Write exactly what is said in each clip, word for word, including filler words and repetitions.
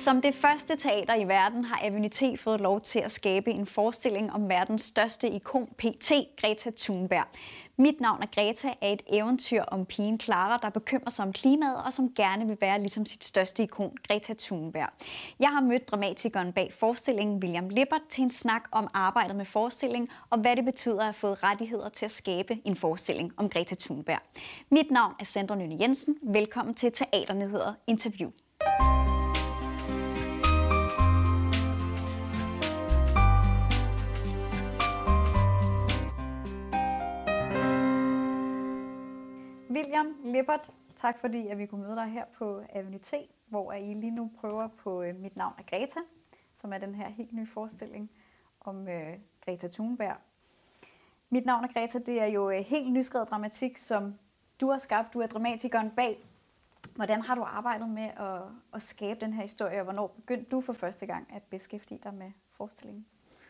Som det første teater i verden har Aveny-T fået lov til at skabe en forestilling om verdens største ikon P T, Greta Thunberg. Mit navn er Greta er et eventyr om pigen Clara, der bekymrer sig om klimaet og som gerne vil være ligesom sit største ikon, Greta Thunberg. Jeg har mødt dramatikeren bag forestillingen, William Lippert, til en snak om arbejdet med forestillingen og hvad det betyder at have fået rettigheder til at skabe en forestilling om Greta Thunberg. Mit navn er Sandra Nynne Jensen. Velkommen til Teaternyheder Interview. William Lippert, tak fordi at vi kunne møde dig her på Aveny-T, hvor I lige nu prøver på Mit navn er Greta, som er den her helt nye forestilling om øh, Greta Thunberg. Mit navn er Greta, det er jo helt nyskrevet dramatik, som du har skabt. Du er dramatikeren bag. Hvordan har du arbejdet med at, at skabe den her historie, og hvornår begyndte du for første gang at beskæftige dig med forestillingen?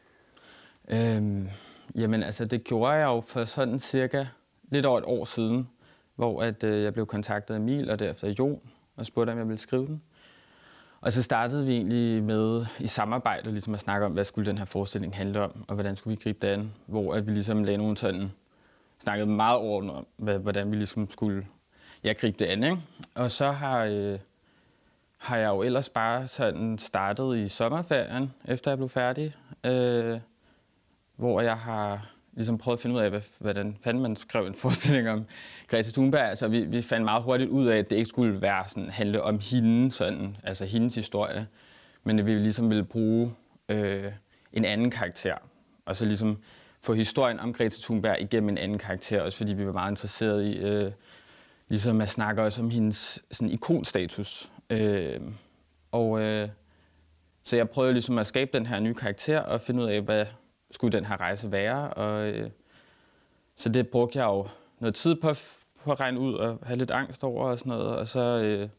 Øhm, jamen altså, det gjorde jeg jo for sådan cirka lidt over et år siden, hvor at, øh, jeg blev kontaktet af Emil og derefter Jon og spurgte, om jeg ville skrive den. Og så startede vi egentlig med i samarbejde ligesom at snakke om, hvad skulle den her forestilling handle om, og hvordan skulle vi gribe det an, hvor at vi ligesom lagde nogle sådan, snakkede meget over om, hvordan vi ligesom skulle ja, gribe det an, ikke? Og så har, øh, har jeg jo ellers bare sådan startet i sommerferien, efter jeg blev færdig, øh, hvor jeg har ligesom prøvet at finde ud af, hvordan fanden man skrev en forestilling om Greta Thunberg. Altså, vi, vi fandt meget hurtigt ud af, at det ikke skulle være sådan, handle om hende, sådan, altså hendes historie, men at vi ligesom ville bruge øh, en anden karakter, og så ligesom få historien om Greta Thunberg igennem en anden karakter, også fordi vi var meget interesserede i øh, ligesom at snakke også om hendes sådan, ikonstatus. Øh, og øh, så jeg prøvede ligesom at skabe den her nye karakter og finde ud af, hvad skulle den her rejse være. Og, øh, så det brugte jeg jo noget tid på, på at regne ud og have lidt angst over og sådan noget. Og så, øh,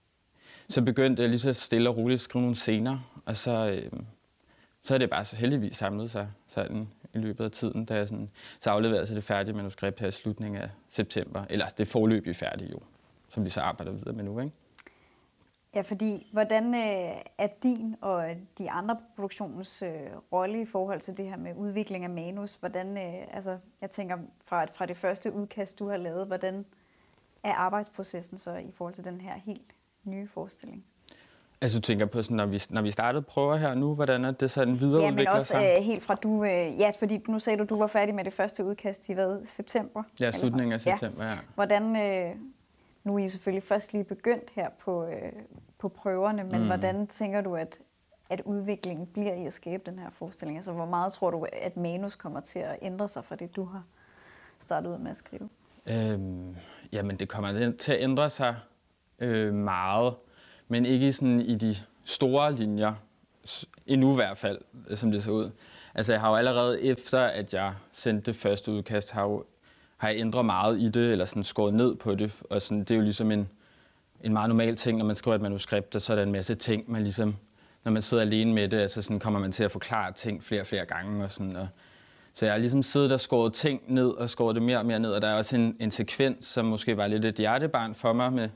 så begyndte jeg lige så stille og roligt at skrive nogle scener. Og så, øh, så er det bare så heldigvis samlet sig sådan i løbet af tiden, da jeg sådan, så afleverede jeg det færdige manuskript her i slutningen af september. Eller det forløb i færdigt jo, som vi så arbejder videre med nu, ikke? Ja, fordi hvordan øh, er din og de andre produktionens øh, rolle i forhold til det her med udvikling af manus? Hvordan, øh, altså, jeg tænker fra, fra det første udkast, du har lavet, hvordan er arbejdsprocessen så i forhold til den her helt nye forestilling? Altså du tænker på, sådan, når, vi, når vi startede prøver her nu, hvordan er det sådan videreudvikler sig? Ja, men også øh, helt fra du, øh, ja, fordi nu sagde du, du var færdig med det første udkast i hvad, september? Ja, slutningen af september, ja. ja. Hvordan, øh, nu er I selvfølgelig først lige begyndt her på, øh, på prøverne, men mm. hvordan tænker du, at, at udviklingen bliver i at skabe den her forestilling? Altså hvor meget tror du, at manus kommer til at ændre sig fra det, du har startet ud med at skrive? Øhm, jamen det kommer til at ændre sig øh, meget, men ikke sådan i de store linjer, endnu i hvert fald, som det ser ud. Altså jeg har jo allerede efter, at jeg sendte det første udkast, har, jo, har jeg ændret meget i det, eller sådan skåret ned på det, og sådan, det er jo ligesom en, en meget normal ting, når man skriver et manuskript, og så er der en masse ting, man ligesom, når man sidder alene med det, altså sådan kommer man til at forklare ting flere og flere gange, og sådan, og, så jeg har ligesom siddet og skåret ting ned, og skåret det mere og mere ned, og der er også en, en sekvens, som måske var lidt et hjertebarn for mig, med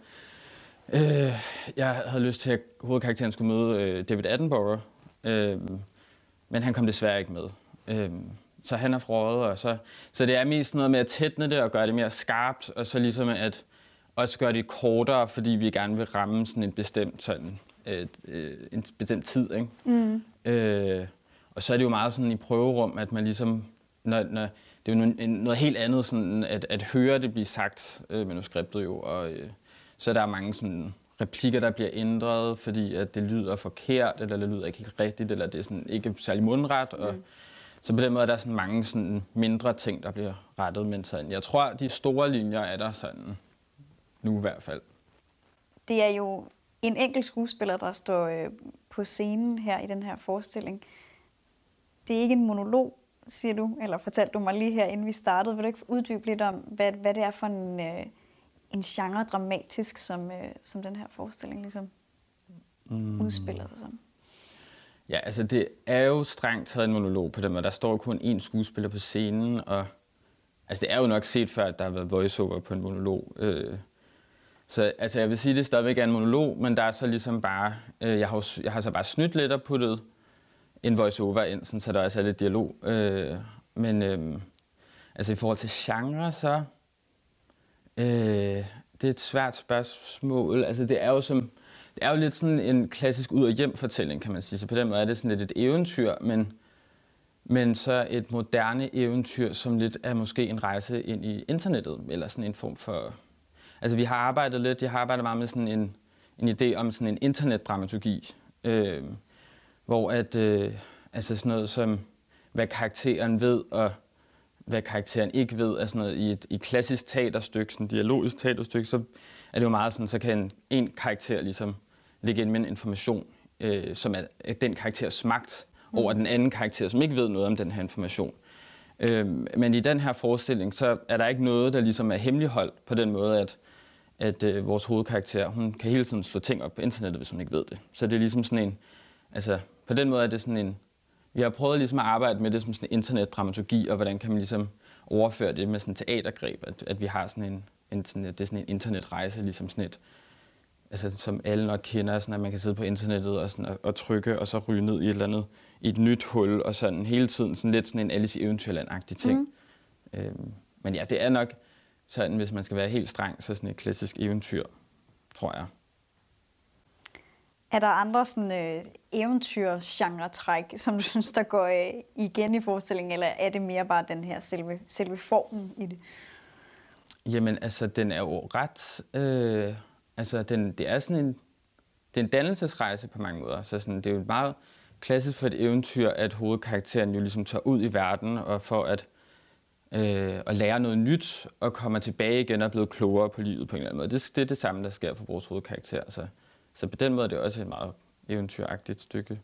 Øh, jeg havde lyst til, at hovedkarakteren skulle møde øh, David Attenborough, øh, men han kom desværre ikke med. Øh, så han er frøget, og så, så det er mest noget med at tætne det og gøre det mere skarpt, og så ligesom at også gøre det kortere, fordi vi gerne vil ramme sådan en bestemt, sådan, øh, øh, en bestemt tid. Ikke? Mm. Øh, og så er det jo meget sådan i prøverum, at man ligesom, når, når, det er jo noget, noget helt andet sådan, at, at høre det blive sagt, øh, manuskriptet jo, og øh, så der er mange sådan replikker, der bliver ændret, fordi at det lyder forkert, eller det lyder ikke helt rigtigt, eller det er sådan ikke særlig mundret. Og mm. Så på den måde er der sådan mange sådan mindre ting, der bliver rettet. Men sådan, jeg tror, at de store linjer er der sådan nu i hvert fald. Det er jo en enkelt skuespiller, der står øh, på scenen her i den her forestilling. Det er ikke en monolog, siger du, eller fortalte du mig lige her, inden vi startede. Vil du ikke uddybe lidt om, hvad, hvad det er for en... Øh, en genre dramatisk, som, øh, som den her forestilling ligesom mm. udspiller sig som? Ja, altså det er jo strengt taget en monolog på den måde. Der står kun én skuespiller på scenen, og altså det er jo nok set før, at der har været voiceover på en monolog. Øh, Så altså, jeg vil sige, at det stadigvæk er en monolog, men der er så ligesom bare, øh, jeg, har, jeg har så bare snydt lidt og puttet en voice-over ind, sådan, så der også er lidt dialog. Øh, men øh, altså i forhold til genre, så øh, det er et svært spørgsmål. Altså det er jo som, det er jo lidt sådan en klassisk ud- og hjem-fortælling, kan man sige. Så på den måde er det sådan lidt et eventyr, men, men så et moderne eventyr, som lidt er måske en rejse ind i internettet, eller sådan en form for... Altså vi har arbejdet lidt, jeg har arbejdet meget med sådan en, en idé om sådan en internetdramaturgi, øh, hvor at, øh, altså sådan noget som, hvad karakteren ved, og hvad karakteren ikke ved, er sådan noget i et, i et klassisk teaterstykke, sådan et dialogisk teaterstykke, så er det jo meget sådan, så kan en, en karakter ligesom lægge ind med en information, øh, som er, er den karakters magt over den anden karakter, som ikke ved noget om den her information. Øh, men i den her forestilling, så er der ikke noget, der ligesom er hemmeligholdt på den måde, at, at øh, vores hovedkarakter, hun kan hele tiden slå ting op på internettet, hvis hun ikke ved det. Så det er ligesom sådan en, altså på den måde er det sådan en, vi har prøvet ligesom at arbejde med det som sådan en internetdramaturgi, og hvordan kan man ligesom overføre det med sådan et teatergreb, at, at vi har sådan en, en, sådan, det er sådan en internetrejse, ligesom sådan et, altså som alle nok kender, sådan at man kan sidde på internettet og, sådan, og, og trykke, og så ryge ned i et eller andet, i et nyt hul, og sådan hele tiden sådan lidt sådan en Alice i Eventyrland-agtig ting. Mm. Øhm, men ja, det er nok sådan, hvis man skal være helt streng, så sådan et klassisk eventyr, tror jeg. Er der andre sådan øh, eventyr-genre-træk, som du synes, der går øh, igen i forestillingen, eller er det mere bare den her selve, selve formen i det? Jamen, altså, den er jo ret... Øh, altså, den, det er sådan en... Det er en dannelsesrejse på mange måder. Så sådan, det er jo meget klassisk for et eventyr, at hovedkarakteren jo ligesom tager ud i verden, og for at, øh, at lære noget nyt, og kommer tilbage igen og er blevet klogere på livet på en eller anden måde. Det, det er det samme, der sker for vores hovedkarakter. Altså. Så på den måde er det også et meget eventyragtigt stykke.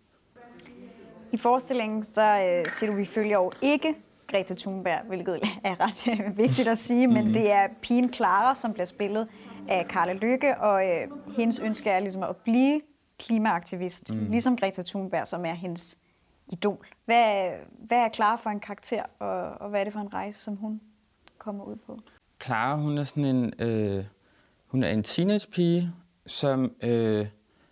I forestillingen så øh, siger du, vi følger jo ikke Greta Thunberg, hvilket er ret øh, vigtigt at sige, men mm-hmm. det er pigen Clara, som bliver spillet af Carla Lykke, og øh, hendes ønske er ligesom at blive klimaaktivist, mm. ligesom Greta Thunberg, som er hendes idol. Hvad, hvad er Clara for en karakter, og, og hvad er det for en rejse, som hun kommer ud på? Clara, hun er sådan en, øh, hun er en teenagepige, som, øh,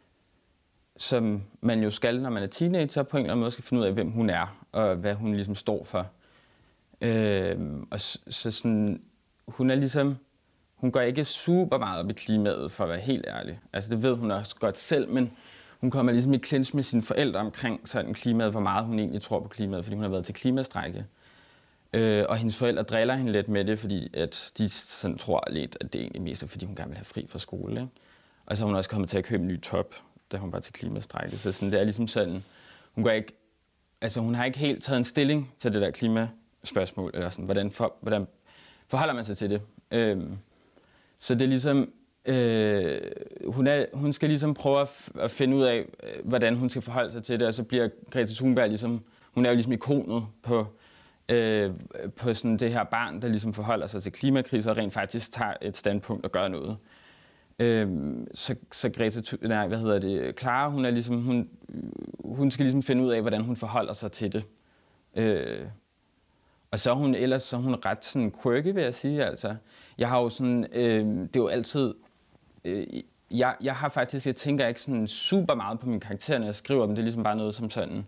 som man jo skal, når man er teenager, på en eller anden måde skal finde ud af, hvem hun er, og hvad hun ligesom står for. Øh, og så, så sådan, hun er ligesom, hun går ikke super meget op i klimaet, for at være helt ærlig. Altså det ved hun også godt selv, men hun kommer ligesom i clinch med sine forældre omkring sådan klimaet, hvor meget hun egentlig tror på klimaet, fordi hun har været til klimastrække. Øh, og hendes forældre driller hende lidt med det, fordi at de sådan tror lidt, at det egentlig mest er, fordi hun gerne vil have fri fra skole, ikke? Og så er hun også kommet til at købe en ny top, da hun var til klimastrække. Så sådan, det er ligesom sådan, hun går ikke, altså hun har ikke helt taget en stilling til det der klimaspørgsmål, eller sådan, hvordan, for, hvordan forholder man sig til det. Øhm, så det er ligesom, øh, hun, er, hun skal ligesom prøve at, at finde ud af, hvordan hun skal forholde sig til det, og så bliver Greta Thunberg ligesom, hun er jo ligesom ikonet på, øh, på sådan det her barn, der ligesom forholder sig til klimakrise og rent faktisk tager et standpunkt og gør noget. Øhm, så, så Greta, nej, hvad hedder det, Clara, hun er ligesom, hun, hun skal ligesom finde ud af, hvordan hun forholder sig til det. Øh, og så er hun ellers, så er hun ret sådan quirky, vil jeg sige, altså. Jeg har jo sådan, øh, det er jo altid, øh, jeg, jeg har faktisk, jeg tænker ikke sådan super meget på mine karakterer, når jeg skriver dem, det er ligesom bare noget som sådan,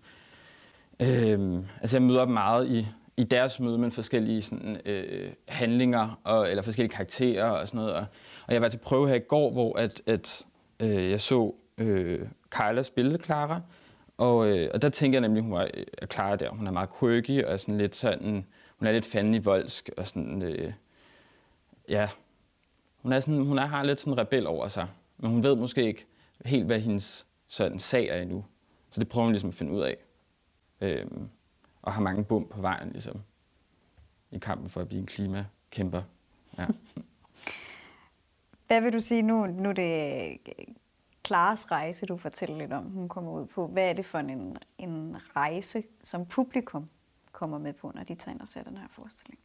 øh, altså jeg møder dem meget i, i deres møde med forskellige sådan, øh, handlinger, og, eller forskellige karakterer og sådan noget. Og, og jeg var til prøve her i går, hvor at, at, øh, jeg så øh, Carla spille Clara, og, øh, og der tænker jeg nemlig, hun var øh, Clara der. Hun er meget quirky og sådan lidt sådan, hun er lidt fandenivoldsk og sådan, øh, ja, hun er sådan, hun er, har lidt sådan rebel over sig, men hun ved måske ikke helt, hvad hendes sådan sag er endnu. Så det prøver hun ligesom at finde ud af. Øh, og har mange bump på vejen, ligesom, i kampen for at blive en klimakæmper. Ja. Hvad vil du sige nu? Nu er det Claras rejse, du fortæller lidt om, hun kommer ud på. Hvad er det for en, en rejse, som publikum kommer med på, når de tager ind og ser den her forestilling?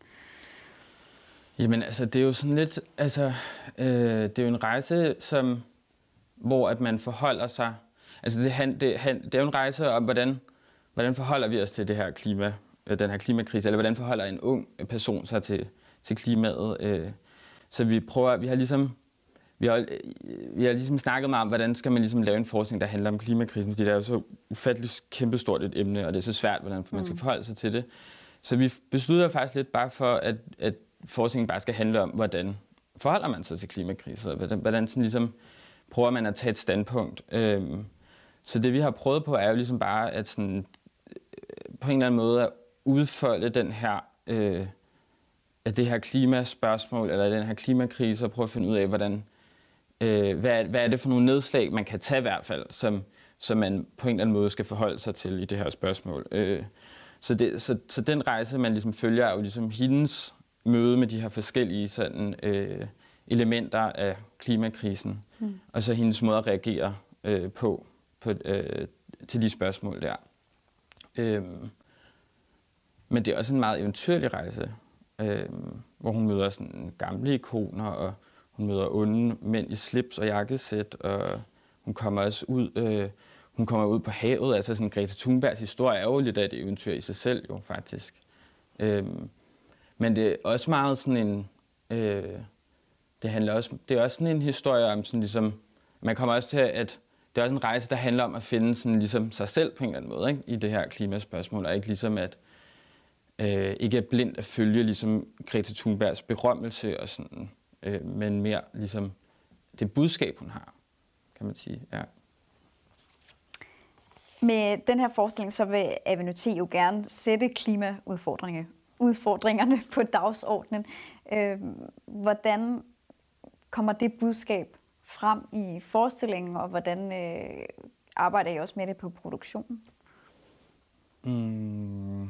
Jamen, altså, det er jo sådan lidt, altså, øh, det er jo en rejse, som, hvor at man forholder sig, altså, det, det, det er jo en rejse om, hvordan Hvordan forholder vi os til det her klima, den her klimakrise, eller hvordan forholder en ung person sig til, til klimaet? Så vi prøver, vi har ligesom vi har, vi har ligesom snakket meget om, hvordan skal man ligesom lave en forskning, der handler om klimakrisen, fordi det er jo så ufatteligt kæmpestort et emne, og det er så svært, hvordan man skal forholde sig til det. Så vi beslutter faktisk lidt bare for, at, at forskningen bare skal handle om, hvordan forholder man sig til klimakriser, hvordan, hvordan sådan ligesom prøver man at tage et standpunkt. Øhm, så det vi har prøvet på, er jo ligesom bare at sådan, på en eller anden måde at udfolde den her, øh, at det her klimaspørgsmål, eller den her klimakrise, og prøve at finde ud af, hvordan, øh, hvad, er, hvad er det for nogle nedslag, man kan tage i hvert fald, som, som man på en eller anden måde skal forholde sig til i det her spørgsmål. Øh, så, det, så, så den rejse, man ligesom følger, er jo ligesom hendes møde med de her forskellige sådan, øh, elementer af klimakrisen, mm. og så hendes måde at reagere øh, på, på øh, til de spørgsmål der. Øh, men det er også en meget eventyrlig rejse, øh, hvor hun møder sådan gamle ikoner, og hun møder onde mænd i slips og jakkesæt, og hun kommer også ud, øh, hun kommer ud på havet. Altså sådan Greta Thunbergs historie er jo lidt af et eventyr i sig selv, jo faktisk. Øh, men det er også meget sådan en, øh, det handler også, det er også sådan en historie om sådan ligesom, man kommer også til at det er også en rejse, der handler om at finde sådan ligesom sig selv på en eller anden måde, ikke? I det her klimaspørgsmål, og ikke ligesom at øh, ikke er blind at følge ligesom Greta Thunbergs berømmelse og sådan, øh, men mere ligesom det budskab, hun har, kan man sige. Ja. Med den her forestilling, så vil Avenue jo gerne sætte klimaudfordringerne udfordringerne på dagsordenen. Øh, hvordan kommer det budskab frem i forestillingen, og hvordan øh, arbejder I også med det på produktionen? Mm.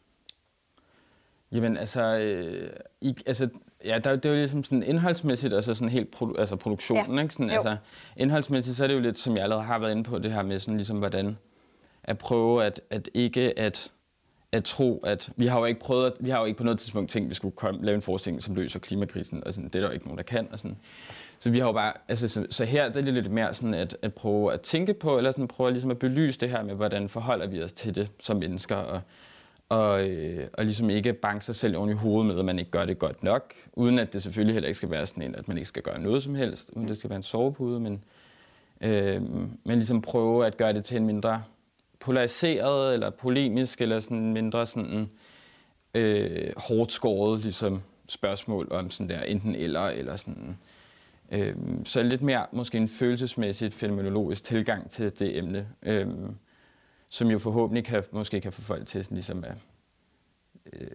Jamen altså, øh, i, altså ja, der, det er jo ligesom sådan indholdsmæssigt, altså sådan helt produ- altså produktionen, ja. Ikke? Sådan, altså, indholdsmæssigt, så er det jo lidt, som jeg allerede har været inde på, det her med sådan ligesom, hvordan at prøve at, at ikke at, at tro, at vi har jo ikke prøvet, at, vi har jo ikke på noget tidspunkt tænkt, at vi skulle komme, lave en forestilling, som løser klimakrisen, og sådan, det er der jo ikke nogen, der kan, og sådan. Så vi har jo bare, altså, så, så her det er det lidt mere sådan at, at prøve at tænke på, eller sådan prøve ligesom at belyse det her med, hvordan forholder vi os til det som mennesker, og, og, øh, og ligesom ikke banke sig selv oven i hovedet med, at man ikke gør det godt nok, uden at det selvfølgelig heller ikke skal være sådan en, at man ikke skal gøre noget som helst, uden det skal være en sovepude, men, øh, men ligesom prøve at gøre det til en mindre polariseret, eller polemisk, eller sådan mindre sådan øh, hårdt skåret ligesom spørgsmål om sådan der enten eller, eller sådan. Øhm, så lidt mere måske en følelsesmæssigt fænomenologisk tilgang til det emne, øhm, som jo forhåbentlig kan, måske kan få folk til sådan ligesom at øh,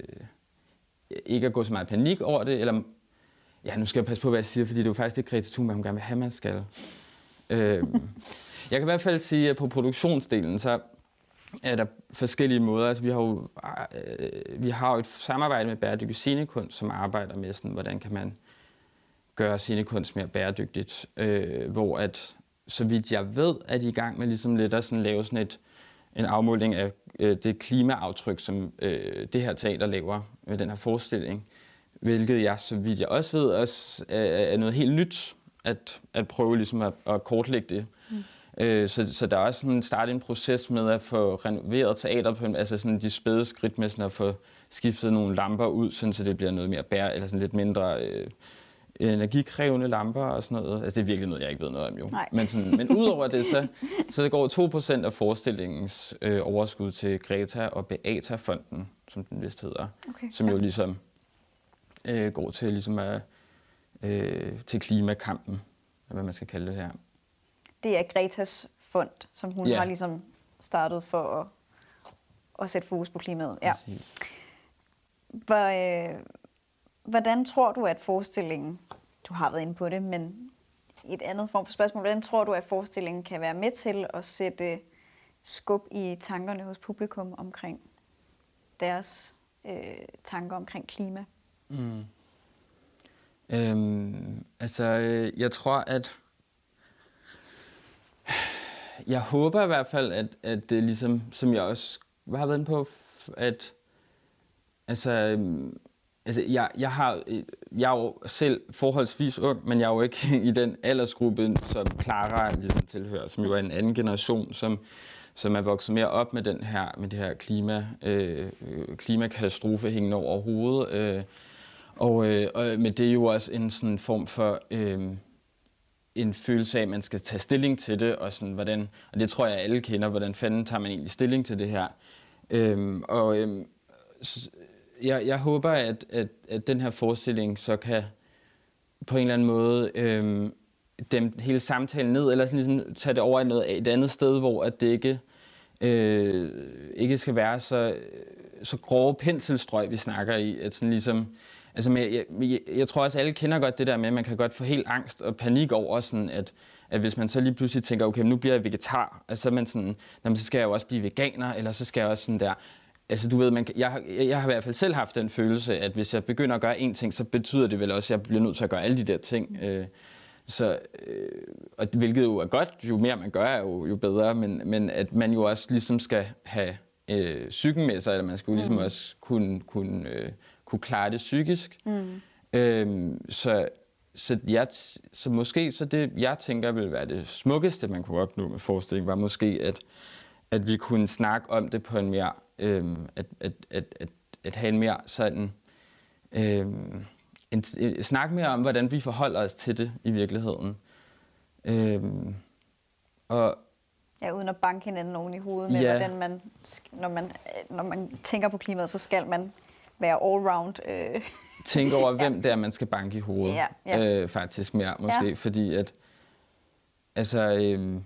ikke at gå så meget panik over det, eller ja, nu skal jeg passe på, hvad jeg siger, fordi det er jo faktisk det, Greta Thunberg, hun gerne vil have, man skal. øhm, jeg kan i hvert fald sige, at på produktionsdelen, så er der forskellige måder. Altså, vi har jo, øh, vi har jo et samarbejde med Bæredygtig Scenekunst, som arbejder med sådan, hvordan kan man gøre scenekunst mere bæredygtigt, øh, hvor at, så vidt jeg ved, er de i gang med ligesom lidt at sådan lave sådan et, en afmåling af øh, det klimaaftryk, som øh, det her teater laver med den her forestilling, hvilket jeg, så vidt jeg også ved, også er, er noget helt nyt, at, at prøve ligesom at, at kortlægge det. Mm. Øh, så, så der er også sådan startet en proces med at få renoveret teater på en, altså sådan de spæde skridt med sådan at få skiftet nogle lamper ud, sådan, så det bliver noget mere bær, eller sådan lidt mindre øh, energikrævende lamper og sådan noget. Altså det er virkelig noget, jeg ikke ved noget om jo. Men, sådan, men udover det, så, så går to procent af forestillingens øh, overskud til Greta og Beata-fonden, som den vist hedder, okay, som jo ja. ligesom øh, går til, ligesom at, øh, til klimakampen, hvad man skal kalde det her. Det er Gretas fond, som hun ja. har ligesom startet for at, at sætte fokus på klimaet. Ja. Hvor, øh, hvordan tror du, at forestillingen, du har været inde på det, men et andet form for spørgsmål, hvordan tror du, at forestillingen kan være med til at sætte skub i tankerne hos publikum omkring deres øh, tanker omkring klima? Mm. Øhm, altså, øh, jeg tror, at jeg håber i hvert fald, at, at det ligesom, som jeg også har været inde på, at altså, øhm, altså jeg, jeg, har, jeg er jo selv forholdsvis ung, men jeg er jo ikke i den aldersgruppe, som Clara ligesom tilhører, som jo er en anden generation, som, som er vokset mere op med, den her, med det her klima, øh, klimakatastrofe hængende over hovedet. Øh, og, øh, og med det er jo også en sådan form for, øh, en følelse af, at man skal tage stilling til det, og, sådan, hvordan, og det tror jeg, alle kender, hvordan fanden tager man egentlig stilling til det her. Øhm, og øhm, jeg, jeg håber, at, at, at den her forestilling så kan på en eller anden måde øhm, dæmpe hele samtalen ned, eller sådan ligesom tage det over i noget, et andet sted, hvor at det ikke, øh, ikke skal være så, så grove penselstrøg, vi snakker i. At sådan ligesom, altså med, jeg, jeg, jeg tror også, alle kender godt det der med, at man kan godt få helt angst og panik over, sådan at, at hvis man så lige pludselig tænker, okay, nu bliver jeg vegetar, altså så, er man sådan, jamen, så skal jeg jo også blive veganer, eller så skal jeg også sådan der. Altså du ved, man, jeg, jeg har i hvert fald selv haft den følelse, at hvis jeg begynder at gøre én ting, så betyder det vel også, at jeg bliver nødt til at gøre alle de der ting. Øh, så, øh, og hvilket jo er godt, jo mere man gør, jo, jo bedre, men, men at man jo også ligesom skal have øh, psyken med sig, eller man skal jo ligesom mm. også kunne, kunne, øh, kunne klare det psykisk. Mm. Øh, så, så, jeg, så måske så det, jeg tænker, vil være det smukkeste, man kunne opnå med forestillingen, var måske, at, at vi kunne snakke om det på en mere Øhm, at, at, at, at, at have en mere sådan øhm, en, en, snak mere om, hvordan vi forholder os til det i virkeligheden. Øhm, og ja, uden at banke hinanden oven i hovedet med, ja. hvordan man, når man, når man tænker på klimaet, så skal man være all-round. Øh. Tænke over, hvem ja. det er, man skal banke i hovedet. Ja, ja. Øh, faktisk mere, måske, ja. fordi at altså øhm,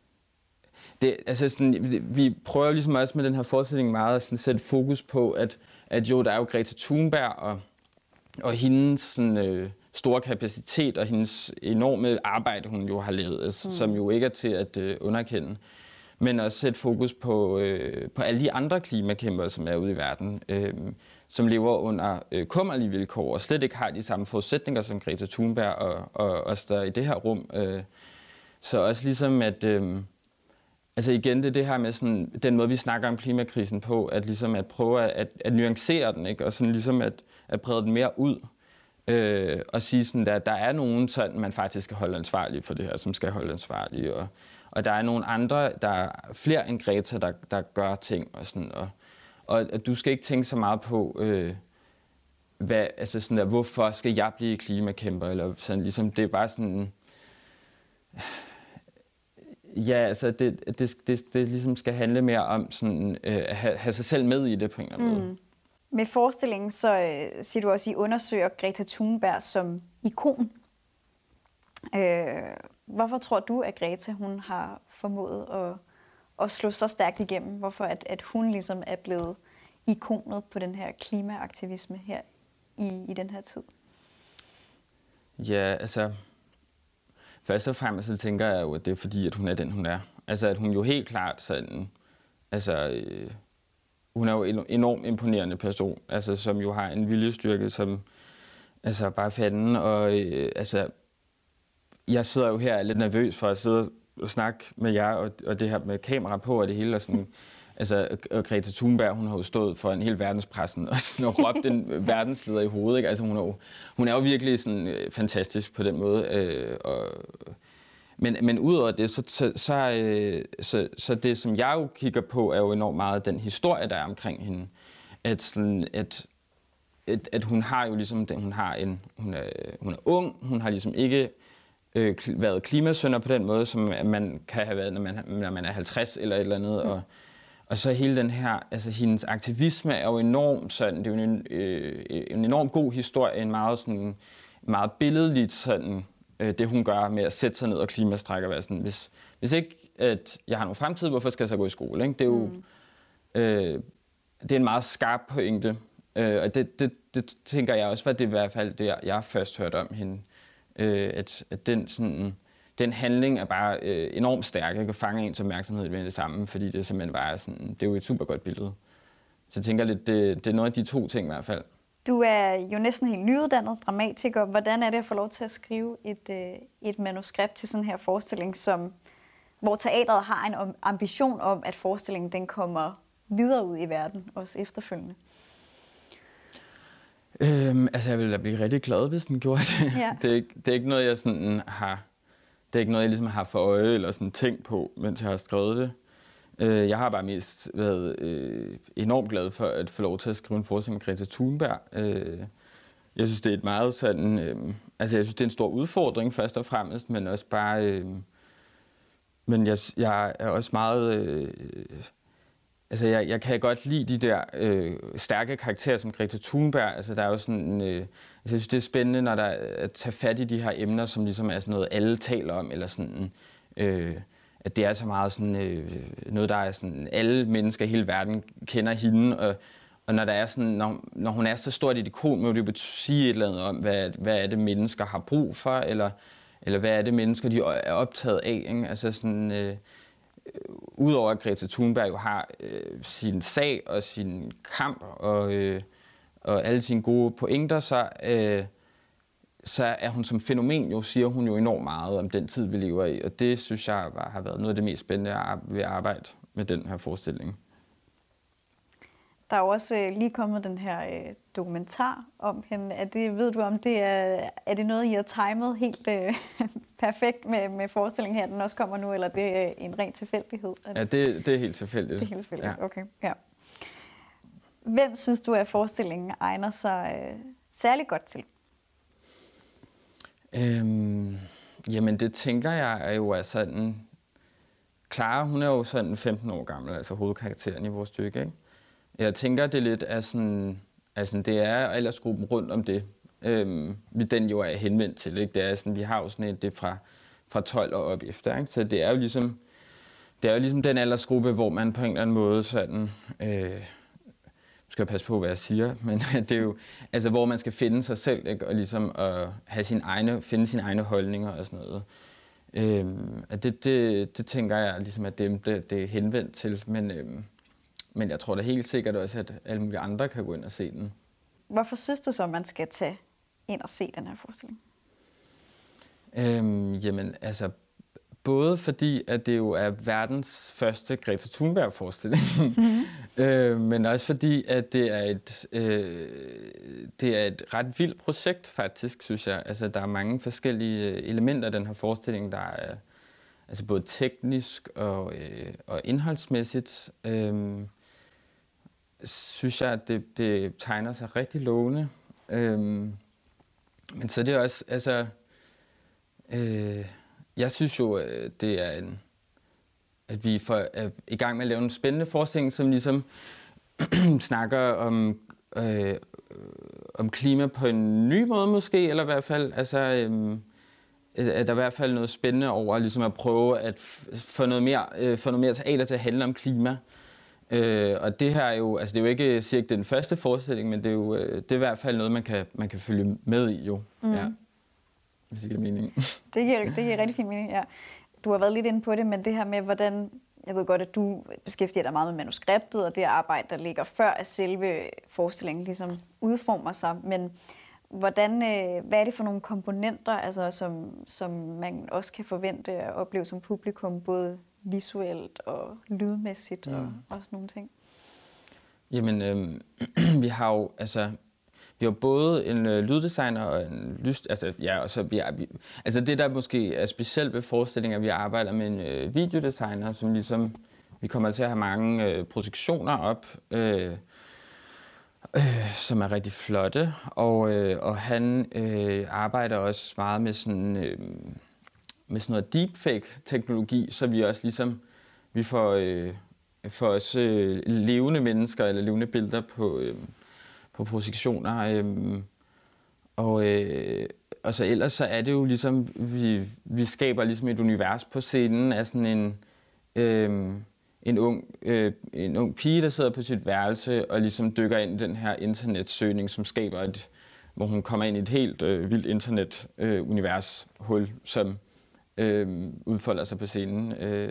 Det, altså sådan, vi prøver ligesom også med den her forestilling meget at sådan sætte fokus på, at, at jo, der er jo Greta Thunberg og, og hendes sådan, øh, store kapacitet og hendes enorme arbejde, hun jo har lavet, mm. som jo ikke er til at øh, underkende. Men også sætte fokus på, øh, på alle de andre klimakæmpere, som er ude i verden, øh, som lever under øh, kummerlige vilkår og slet ikke har de samme forudsætninger som Greta Thunberg og, og os der i det her rum. Øh, så også ligesom at øh, Altså igen, det er det her med sådan, den måde, vi snakker om klimakrisen på, at, ligesom at prøve at, at, at nuancere den, ikke? Og sådan ligesom at, at brede den mere ud, øh, og sige, sådan, at der er nogen, sådan, man faktisk skal holde ansvarlig for det her, som skal holde ansvarlig, og, og der er nogle andre, der er flere end Greta, der, der gør ting, og, sådan, og, og, og du skal ikke tænke så meget på, øh, hvad, altså sådan der, hvorfor skal jeg blive klimakæmper, eller sådan, ligesom, det er bare sådan. Ja, altså det, det, det, det ligesom skal handle mere om sådan, øh, at have, have sig selv med i det på en eller anden mm. måde. Med forestillingen, så øh, siger du også, at I undersøger Greta Thunberg som ikon. Øh, hvorfor tror du, at Greta hun har formået at, at slå så stærkt igennem? Hvorfor at, at hun ligesom er blevet ikonet på den her klimaaktivisme her i, i den her tid? Ja, altså først og fremmest så tænker jeg jo, at det er fordi, at hun er den, hun er. Altså, at hun jo helt klart sådan, altså, øh, hun er jo en enormt imponerende person, altså, som jo har en viljestyrke, som, altså, bare fanden, og, øh, altså, jeg sidder jo her og er lidt nervøs for at sidde og snakke med jer, og, og det her med kamera på, og det hele, og sådan, altså, og Greta Thunberg, hun har jo stået for en hel verdenspressen, og sådan, og råbt den verdensleder i hovedet, ikke? Altså, hun er jo, hun er jo virkelig sådan, øh, fantastisk på den måde, øh, og, men, men udover det, så, så, så, øh, så, så det, som jeg jo kigger på, er jo enormt meget den historie, der er omkring hende, at, sådan, at, at, at hun har jo ligesom, den, hun har en, hun er, hun er ung, hun har ligesom ikke øh, været klimasønder på den måde, som man kan have været, når man, når man er halvtreds eller et eller andet, mm. og Og så hele den her, altså hendes aktivisme er jo enormt sådan, det er jo en, øh, en enormt god historie, en meget sådan, meget billedligt sådan, øh, det hun gør med at sætte sig ned og klimastrække og være sådan, hvis, hvis ikke at jeg har nogen fremtid, hvorfor skal jeg så gå i skole, ikke? Det er jo, mm. øh, det er en meget skarp pointe, øh, og det, det, det tænker jeg også, for det er i hvert fald det, jeg først hørte om hende, øh, at, at den sådan, den handling er bare øh, enormt stærk. Jeg kan fange ens opmærksomhed med det samme, fordi det simpelthen bare sådan, det er jo et super godt billede. Så jeg tænker lidt, det, det er noget af de to ting i hvert fald. Du er jo næsten helt nyuddannet dramatiker. Hvordan er det at få lov til at skrive et, øh, et manuskript til sådan her forestilling, som, hvor teatret har en ambition om, at forestillingen den kommer videre ud i verden, også efterfølgende? Øhm, altså, jeg ville da blive rigtig glad, hvis den gjorde det. Ja. Det, er ikke, det er ikke noget, jeg sådan har... Det er ikke noget, jeg ligesom har for øje eller sådan tænkt på, mens jeg har skrevet det. Jeg har bare mest været øh, enormt glad for at få lov til at skrive en forestilling med Greta Thunberg. Øh, Jeg synes, det er et meget sådan... Øh, altså, jeg synes, det er en stor udfordring, først og fremmest, men også bare... Øh, men jeg, jeg er også meget... Øh, altså, jeg, jeg kan godt lide de der øh, stærke karakterer som Greta Thunberg. Altså, der er jo sådan... Øh, altså, jeg synes, det er spændende, når der at tage fat i de her emner, som ligesom er sådan noget, alle taler om, eller sådan... Øh, at det er så meget sådan øh, noget, der er sådan... Alle mennesker i hele verden kender hende, og... Og når, der er sådan, når, når hun er så stort et ikon, må det jo sige et eller andet om, hvad, hvad er det, mennesker har brug for, eller, eller hvad er det, mennesker de er optaget af. Ikke? Altså sådan, øh, udover at Greta Thunberg jo har øh, sin sag og sin kamp og, øh, og alle sine gode pointer, så, øh, så er hun som fænomen jo, siger hun jo enormt meget om den tid, vi lever i. Og det synes jeg bare har været noget af det mest spændende ved at arbejde med den her forestilling. Der er jo også øh, lige kommet den her øh, dokumentar om hende. Er det, ved du, om det er, er det noget, I har timet helt øh, perfekt med, med forestillingen her, den også kommer nu, eller det er en ren tilfældighed? Ja, det, det er helt tilfældigt. Det er helt tilfældigt, ja. Okay. Ja. Hvem synes du, at forestillingen egner sig øh, særlig godt til? Øhm, jamen, det tænker jeg er jo altså sådan... Clara, hun er jo sådan femten år gammel, altså hovedkarakteren i vores stykke, ikke? Jeg tænker, det lidt er sådan, altså det er aldersgruppen rundt om det, øhm, vi den jo er henvendt til, ikke? Det er sådan, vi har jo sådan et, det fra, fra tolv og op efter, ikke? Så det er jo ligesom, det er jo ligesom den aldersgruppe, hvor man på en eller anden måde sådan, øh, skal jeg passe på, hvad jeg siger, men det er jo, altså hvor man skal finde sig selv, ikke? Og ligesom at have sin egne, finde sine egne holdninger og sådan noget. Øhm, at det, det, det tænker jeg ligesom, at det, det, det er henvendt til, men øhm, Men jeg tror da helt sikkert også, at alle mulige andre kan gå ind og se den. Hvorfor synes du så, at man skal tage ind og se den her forestilling? Øhm, jamen, altså, både fordi, at det jo er verdens første Greta Thunberg-forestilling, mm-hmm. øh, men også fordi, at det er et, øh, det er et ret vildt projekt, faktisk, synes jeg. Altså, der er mange forskellige elementer af den her forestilling, der er altså både teknisk og, øh, og indholdsmæssigt. Øh, synes jeg, at det, det tegner sig rigtig lovende. Øhm, men så er det også, altså, øh, jeg synes jo, det er en, at vi får, er i gang med at lave en spændende forestilling, som ligesom snakker om, øh, om klima på en ny måde måske, eller i hvert fald, altså, øh, er der i hvert fald noget spændende over ligesom at prøve at få noget mere, øh, få noget mere teater til at handle om klima. Øh, og det her er jo, altså det er jo ikke sikkert den første forestilling, men det er jo det er i hvert fald noget, man kan, man kan følge med i jo. Mm. Ja. Hvis det giver mening. Det giver, det giver rigtig fin mening, ja. Du har været lidt inde på det, men det her med, hvordan, jeg ved godt, at du beskæftiger dig meget med manuskriptet, og det arbejde, der ligger før, at selve forestillingen ligesom udformer sig, men hvordan, hvad er det for nogle komponenter, altså, som, som man også kan forvente at opleve som publikum, både visuelt og lydmæssigt mm. og, og sådan nogle ting? Jamen, øh, vi har jo, altså, vi har både en øh, lyddesigner og en lys, altså, ja, og så vi, er, vi, altså det der måske er specielt ved forestillingen, at vi arbejder med en øh, videodesigner, som ligesom, vi kommer til at have mange øh, projektioner op, øh, øh, som er rigtig flotte, og, øh, og han øh, arbejder også meget med sådan, øh, med sådan noget deepfake-teknologi, så vi også ligesom, vi får, øh, får også øh, levende mennesker eller levende billeder på, øh, på projektioner. Øh, og, øh, og så ellers så er det jo ligesom, vi, vi skaber ligesom et univers på scenen af sådan en, øh, en, ung, øh, en ung pige, der sidder på sit værelse og ligesom dykker ind i den her internetsøgning, som skaber et, hvor hun kommer ind i et helt øh, vildt internet-univers-hul, øh, som øh, udfolder sig på scenen. Øh,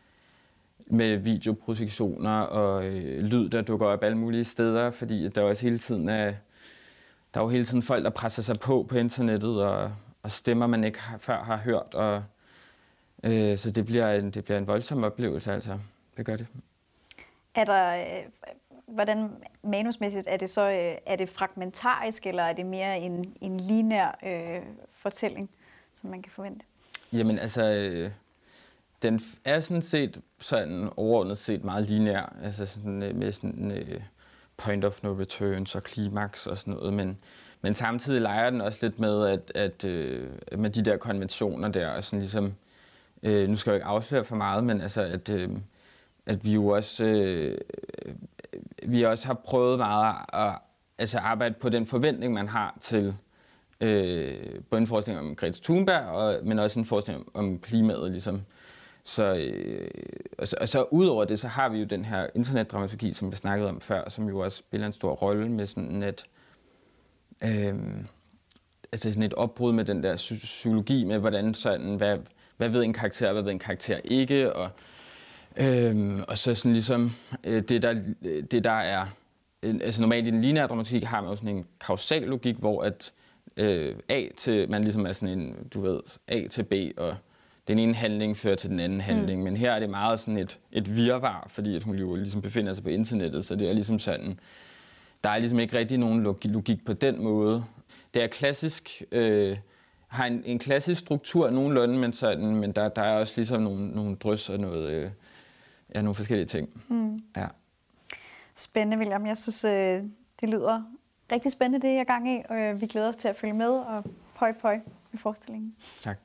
med videoprojektioner og øh, lyd, der dukker op alle mulige steder, fordi der også hele tiden er, der er jo hele tiden folk, der presser sig på på internettet, og, og stemmer, man ikke har, før har hørt. Og, øh, så det bliver, en, det bliver en voldsom oplevelse, altså. Det gør det. Er der, øh, hvordan manusmæssigt, er det så øh, er det fragmentarisk, eller er det mere en, en lineær øh, fortælling, som man kan forvente? Jamen altså, øh, den er sådan set sådan overordnet set meget lineær, altså sådan, med sådan øh, point of no returns og klimaks og sådan noget, men, men samtidig leger den også lidt med, at, at øh, med de der konventioner der, og sådan ligesom, øh, nu skal jeg jo ikke afsløre for meget, men altså, at, øh, at vi jo også, øh, vi også har prøvet meget at altså arbejde på den forventning, man har til øh, både en forskning om Greta Thunberg, og, men også en forskning om, om klimaet, ligesom. Så, øh, og, så, og så ud over det, så har vi jo den her internetdramaturgi, som vi snakkede om før, som jo også spiller en stor rolle med sådan et, øh, altså sådan et opbrud med den der psykologi, med hvordan sådan, hvad, hvad ved en karakter, hvad ved en karakter ikke, og, øh, og så sådan ligesom øh, det, der, det der er, altså normalt i den lineære dramatik har man jo sådan en kausal logik, hvor at øh, A til, man ligesom er sådan en, du ved, A til B, og den ene handling fører til den anden handling, mm. men her er det meget sådan et, et virvar, fordi at hun jo ligesom befinder sig på internettet, så det er ligesom sådan, der er ligesom ikke rigtig nogen logik på den måde. Det er klassisk, øh, har en, en klassisk struktur nogenlunde, men, sådan, men der, der er også ligesom nogle, nogle drys og noget, øh, ja, nogle forskellige ting. Mm. Ja. Spændende, William. Jeg synes, øh, det lyder rigtig spændende, det jeg er gang i, og vi glæder os til at følge med, og pøj pøj med forestillingen. Tak.